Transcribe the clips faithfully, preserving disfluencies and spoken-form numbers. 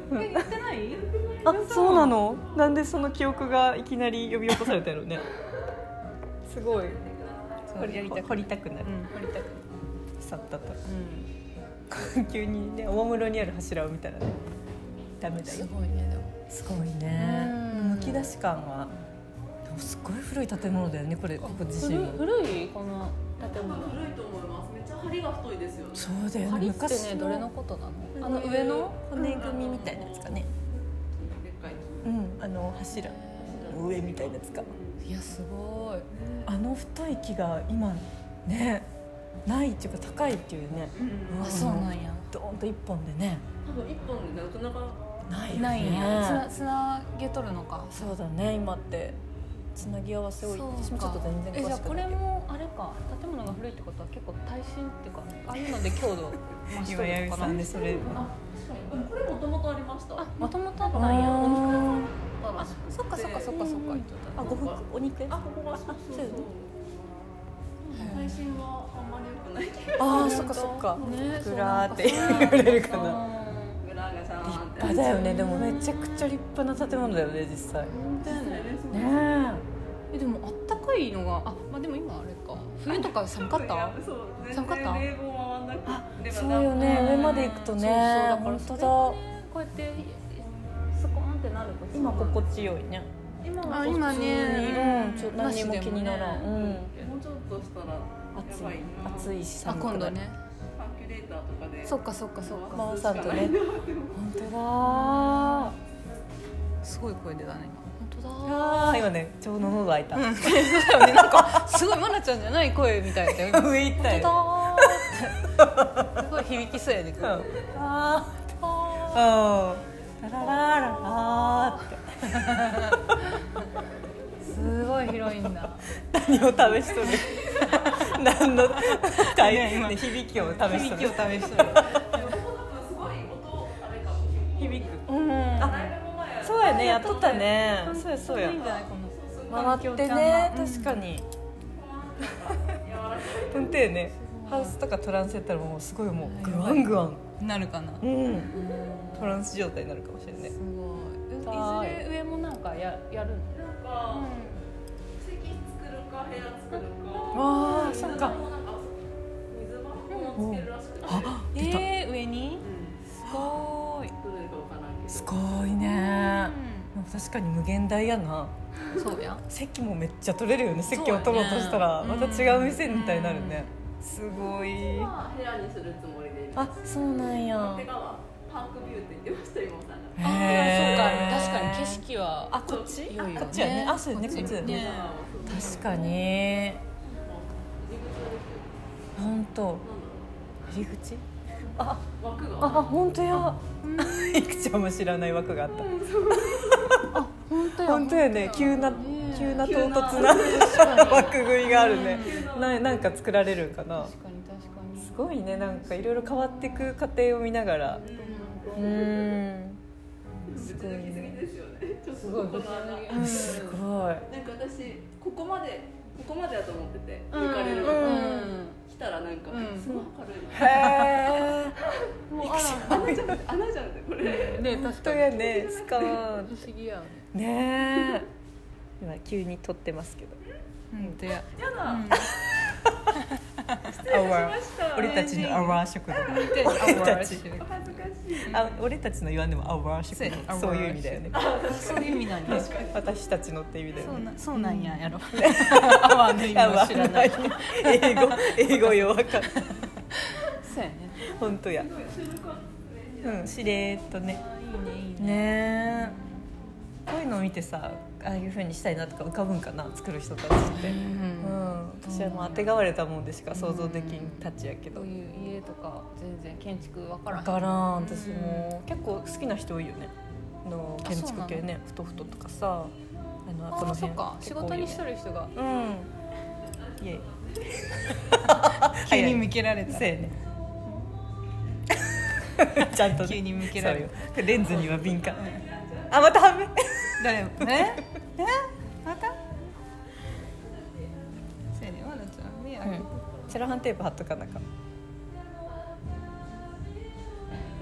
えやってない？ あ、そうなの？なんでその記憶がいきなり呼び起こされたのね。すごい掘りたく掘りたくなる、うん、掘りたくなるさったと、うん、急にねおもむろにある柱を見たらねダメだよ。 すごいね。でもすごいね。むき出し感はでもすごい古い建物だよねこれ。ここ自身古いこの建物。 古いと思います。めっちゃ梁が太いですよね。 そうだよね。 梁ってねどれのことなの？あの上の骨組みみたいなやつかね。 でっかい。 うん、あの柱の上みたいなやつか。 いやすごい。 あの太い木が今ねないっていうか高いっていうね、 うん、あそうなんや。 ドーンと一本でね多分一本でなかなかないよね。 ないんや。つなげとるのか。 そうだね。今ってつなぎ合わせ多い。私もちょっと全然詳しくない。 えじゃあこれもあれか建物が古いってことは結構耐震っていうかああいうので強度増しとるのかな。 でそれあ確かにこれもともとありました。 あもともとあったんや。 お肉屋さんあそっかそっかそっかそっか。 あごふお肉屋さん。 あここがそうそうそう。耐震はあんまり良くないけど。 ああそっかそっか。 ねグラーって言われるかな。 グラーがさーって。 立派だよね。でもめちゃくちゃ立派な建物だよね実際。 本当やね。 ねえでもあったかいのがあまあでも今あれか冬とか寒かった？ そう寒かった？ 冷房回んなくて。 あそうよね。上まで行くとね。本当だ。 こうやってスコーンってなると今心地よいね。 今あ今ね。 うん、ちょ何も気にならん。うん。 もうちょっとしたらやばい。 暑いしあ寒くなる。 今度ね。 サーキュレーターとかで。 そっかそっかそっか。 回さんとね。本当だ。 すごい声出たね今。本当だ。 ああ今ねちょうど喉開いた。 うん、そうだよね。なんかすごいマナちゃんじゃない声みたいだよ。 上行ったよ。 本当だ。すごい響きそうやね。 あああラララララって。 すごい広いんだ。 何を試しとる。何の大変ね響きを試しとる。 響きを試しとる。 すごい音あれかも。 響く。 うん。 あそうやねやっとったね。そうやそうや。 いいんじゃないこの回ってね確かに。本当やね。ハウスとかトランスやったらもうすごいもうグワングワンなるかな。 うん。トランス状態になるかもしれない。 すごい。いずれ上もなんかややるの。 なんか席作るか部屋作るか。 ああそっか。 水場をつけるらしくて。 あ出た。 えー、上に？すごい。 どれかわからんけど。 すごいね。確かに無限大やな。 そうや。 席もめっちゃ取れるよね。席を取ろうとしたらまた違う店みたいになるね。すごい。 部屋にするつもりでいる。 あ、そうなんや。 手側パークビューって言ってました今さんが。 ああ、そうか。確かに景色はあ、こっち？ 良いよね。 こっちやね。あ、そうやね。こっちやね。確かに。本当。入り口？あ、 枠が。 あ、本当や。いくちゃんも知らない枠があった。 あ、本当や。 本当やね。急な急な唐突な枠組みがあるね。ななんか作られるんかな。 確かに確かに。 すごいね。なんかいろいろ変わっていく過程を見ながら。うん。 すごいね。 すごい。 すごい。 なんか私ここまでここまでだと思ってて行かれるの。来たらなんかすごい軽い。 へえ。 もう穴じゃん穴じゃんってこれ。 ね、確かに。 やね。スカーン。 不思議やね。ねえ。今急に撮ってますけど。 うんで。やだ。 アワー。俺たちのアワー食堂。俺たち。あ、俺たちの言わんでもアワー食堂。そういう意味だよね。 そういう意味なんや。 私たちのって意味だよね。 そうなんややろ。アワーの意味も知らない。 英語英語弱かった。 そうやね。 本当や。うん、しれーっとね。 いいねいいね。 ねえ。こういうのを見てさ、ああいう風にしたいなとか浮かぶんかな、作る人たちって。うん。私はもう当てがわれたもんでしか想像できんたちやけど。 こういう家とか全然建築わからん。 わからん。私も結構好きな人多いよね。の建築系ね、ふとふととかさ、あのこの辺。 そっか。仕事にしとる人が。 うん。イエイ。 急に向けられた。 そうやね。ちゃんと急に向けられる。 レンズには敏感。あ、またはめ。 誰？え？え？また？せやね、まだちゃん目開けて。 セロハンテープ貼っとかなか。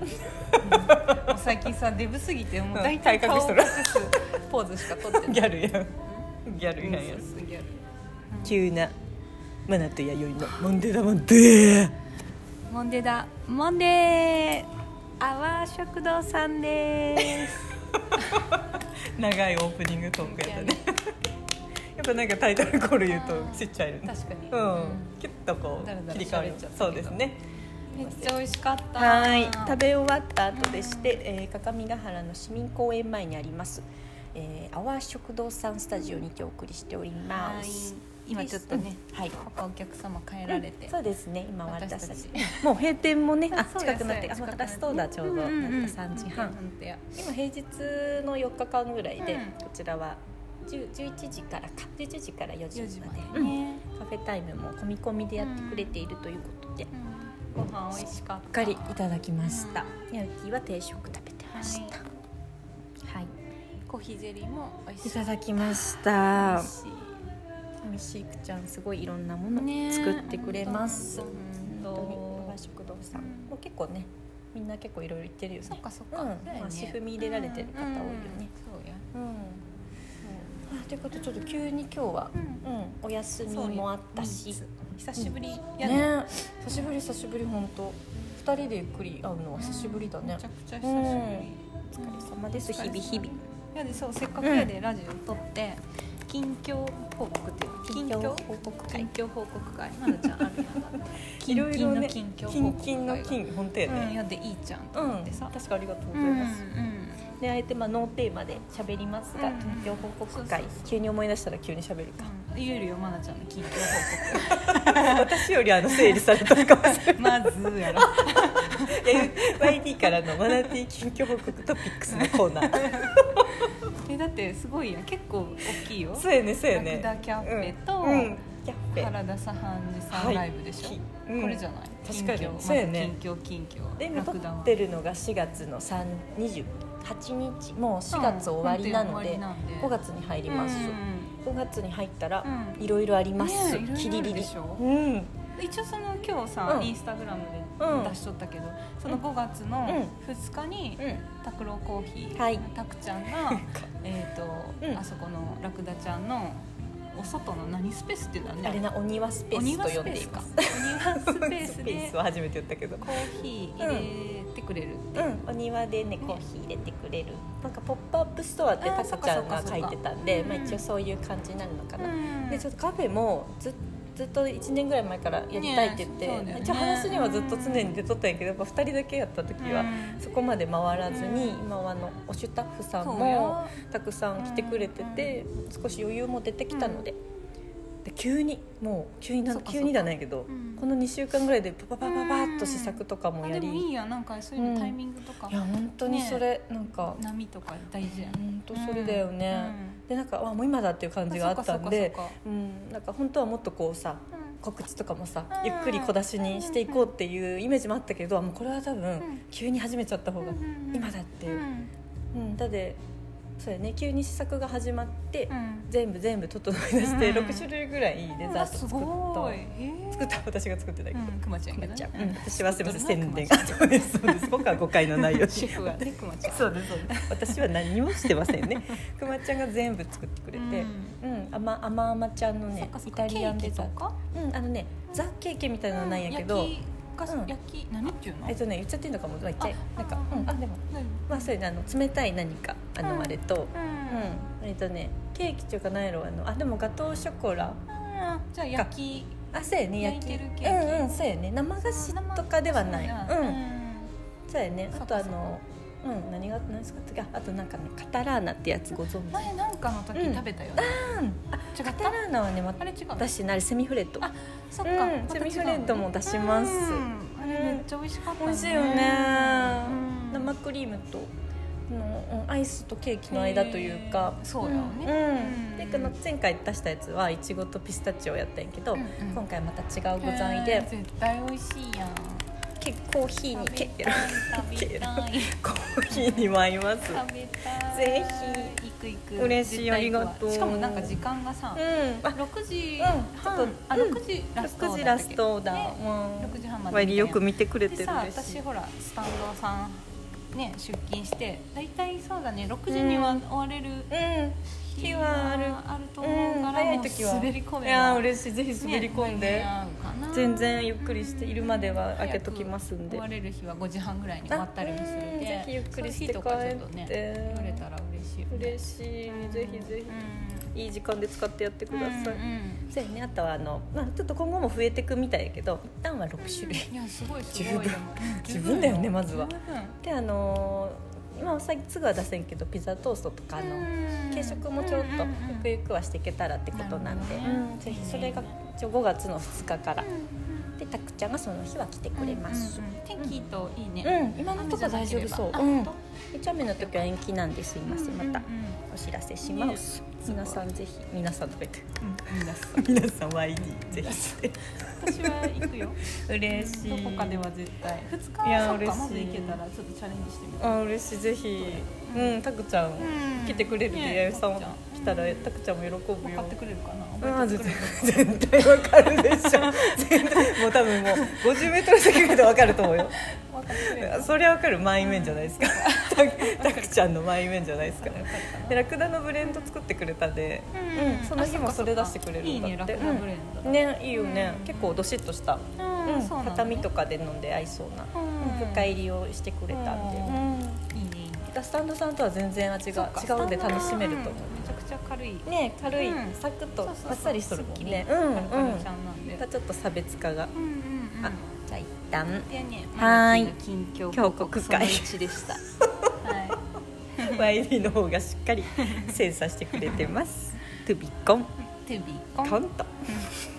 もう最近さデブすぎてもう大体顔を隠すポーズしか撮ってない。 ギャルやんギャルやんやん。急なマナと弥生のモンデだモンデーモンデだモンデーアワー食堂さんです長いオープニングトークやったねやっぱなんかタイトルコール言うとちっちゃいよね。 確かに、 うんキュッとこう切り替わる。そうですね。 めっちゃ美味しかった。 はい食べ終わった後でして、えー、各務原の市民公園前にあります、えー、アワー食堂さんスタジオにてお送りしております。 今ちょっとね、 はい、 他お客様帰られて、 うん、そうですね今私たちもう閉店もねあ近くなってあラストだちょうど、うんうん、なったさんじはん、うん、今平日のよっかかんぐらいで、うん、こちらはじゅういちじからかじゅういちじからよじまで、ねうん、カフェタイムも込み込みでやってくれているということで、 うん、ご飯美味しかった。しっかりいただきました。うん、ヤウティは定食食べてました。はい、 はい、コーヒーゼリーも美味しい。 いただきました。美味しい。美味しいくちゃんすごいいろんなもの作ってくれます。本当にアワー食堂さん、もう結構ねみんな結構いろいろ言ってるよね。 そっかそっか。 うん、まあ足踏み入れられてる方多いよね。 そうや。 うん。あということでちょっと急に今日は、うんうん、お休みもあったし、 久しぶりやね。ね久しぶり久しぶり本当。二人でゆっくり会うのは久しぶりだね。 めちゃくちゃ久しぶり。 お疲れ様です。日々日々。 いやでそうせっかくやでラジオ撮って。近況報告っていう近況報告会近況報告会まなちゃんあるやんいろいろね近況近々の近本当やね、 うん、やでいいじゃんと思ってさ、 うん、確かありがとうございます、うんうん、であえてまあノーテーマで喋りますが、うん、近況報告会急に思い出したら急に喋るか、 うん、言えるよまなちゃんの近況報告私よりあの整理されたのかもしれないまずやろワイディー からのマナティ近況報告トピックスのコーナーえだってすごいや結構大きいよ。 そうやねそうやね。 ラクダキャッペと、うんうん、キャッペ原田サハンジさんライブでしょ、はいうん、これじゃない確かにそうやね近況近況で今撮ってるのがしがつのにじゅうはちにちもうしがつ終わりなので、うん、ごがつに入ります、うん、ごがつに入ったらいろいろあります、ね、キリリリでしょ、うん一応その今日さ、うん、インスタグラムで出しとったけど、うん、そのごがつのふつかに拓郎、うん、コーヒー、はい、たくちゃんがえっと、うん、あそこのラクダちゃんのお外の何スペースっていうんだねあれなお庭スペースと呼んでいますお庭スペースでスペースは初めて言ったけどコーヒー入れてくれるって、 うんうん、お庭でねコーヒー入れてくれるなんかポップアップストアってたくちゃんが書いてたんでまあ、一応そういう感じになるのかな、うん、でちょっとカフェもずっとずっといちねんぐらい前からやりたいって言って、ねね、一応話にはずっと常に出とったんやけどやっぱふたりだけやった時はそこまで回らずに、うん、今はあのおスタッフさんもたくさん来てくれてて、うん、少し余裕も出てきたので、うん、で急にもう急にな急にだないけど、うん、このにしゅうかんぐらいでパパパパパッと試作とかもやり、 うん、でもいいやなんかそういうのタイミングとか、うん、 いや本当にそれ、ね、なんか波とか大事やん本当それだよね、うん、でなんかあもう今だっていう感じがあったんでうん、なんか本当はもっとこうさ、うん告知とかもさ、うん、ゆっくり小出しにしていこうっていうイメージもあったけど、もうこれは多分、うん、急に始めちゃった方が今だっていう、うんうん、だってそうやね急に試作が始まって、うん、全部全部整い出して、うん、ろくしゅるいぐらいデザート作った、作った私が作ってたけど、うん、 くまちゃんがね、 うん、私はすみません宣伝がそうですそうです僕は誤解のないようにシェフはねくまちゃんそうですそうです私は何もしてませんねくまちゃんが全部作ってくれて、うんうん、あまあまあまちゃんのねイタリアンデザート、うん、あのねザ・ケーキみたいなのなんやけど、うんうん、焼き何っていうの？ えっとね言っちゃっていいのかも、まあ、言っちゃいなんか、うん、あでも、まあそういうねあの冷たい何かあの、うん、あれと、うんうん、えっとねケーキっていうか何やろあのあでもガトーショコラ、 うん、じゃあ焼きあそうやね焼いてるケーキうんうんそうやね生菓子とかではないうん、うん、そうやねあとあのうん何が何ですかあとなんかねカタラーナってやつご存知前なんかの時食べたよね、 うん、あ違カタラーナはねまた私なれセミフレッドあそっか、 うん、セミフレッドも出します、 うん、あれめっちゃ美味しかったね美味しいよね、うん、生クリームとのアイスとケーキの間というかそうやね、 うんうん、でこの前回出したやつはいちごとピスタチオやったんやけど、うんうん、今回また違う具材で、 絶対美味しいやんけコーヒーにけって食べたいコーヒーにも合います。 食べたいぜひ行く行く嬉しい、ありがとう。 しかもなんか時間がさ、 うん、 ろくじうん、ちょっとあろくじラストだったっけ、 ラストだ、 ね、 うん、 ろくじはんまで割りよく見てくれてる。 でさ、私ほらスタンドさんね出勤してだいたいそうだねろくじには終われる、 うん日はあるあると思うから、 早い時は滑り込めば、 いや嬉しい、ぜひ滑り込んで、 ね、 全然ゆっくりしているまでは開けときますんで、 終われる日はごじはんぐらいに終わったりもするんで、 ぜひゆっくりして帰って、 そういう日とかちょっとね言われたら嬉しい、 嬉しい、うん、ぜひぜひ、うん、いい時間で使ってやってください、うんうん、そうやね。あとはあの、まあ、ちょっと今後も増えていくみたいやけど、一旦はろくしゅるい、 いやすごいすごい十分十分だよね、まずは。であのまあ、すぐは出せんけどピザトーストとかの軽食もちょっとゆくゆくはしていけたらってことなんで、うん、ぜひそれがごがつのふつかからで、たくちゃんがその日は来てくれます、 うんうんうん、天気といいね、 うん、今のところ大丈夫そう、うん、一雨の時は延期なんですいません、またお知らせします、うんうん、皆さんぜひ、皆さんとか言って、うん、皆さん皆さん ワイディー ぜひ私は行くよ嬉しい、 どこかでは絶対ふつかはそっかまず行けたらちょっとチャレンジしてみて、 あ嬉しい、ぜひ、うん、たくちゃん、うん、来てくれるで、やゆさん来たらたくちゃんも喜ぶよ。 分かってくれるかな、 うん、絶対わかるでしょ絶対もう多分もうごじゅうメートル先ぐらいでわかると思うよそりゃわかる、満員面じゃないですかたくちゃんの満員面じゃないですか。でラクダのブレンド作ってくれたで、うんうん、その日もそれ出してくれるんだって。いいね、ラクダブレンド、うん、ね、いいよね、うん、結構どしっとした、うんうん、畳みとかで飲んで合いそうな、うん、深入りをしてくれたんで、うん、いいねいいね。スタンドさんとは全然味が違うんで楽しめると思う。めちゃくちゃ軽いね、軽い、うん、サクッとバッサリしとるもんね。うんうん。またちょっと差別化が、うんうんうん、あ、じゃあ一旦はい、近況報告そのいちでしたはい、 ワイディの方がしっかり精査してくれてますトゥビコントゥビコンコント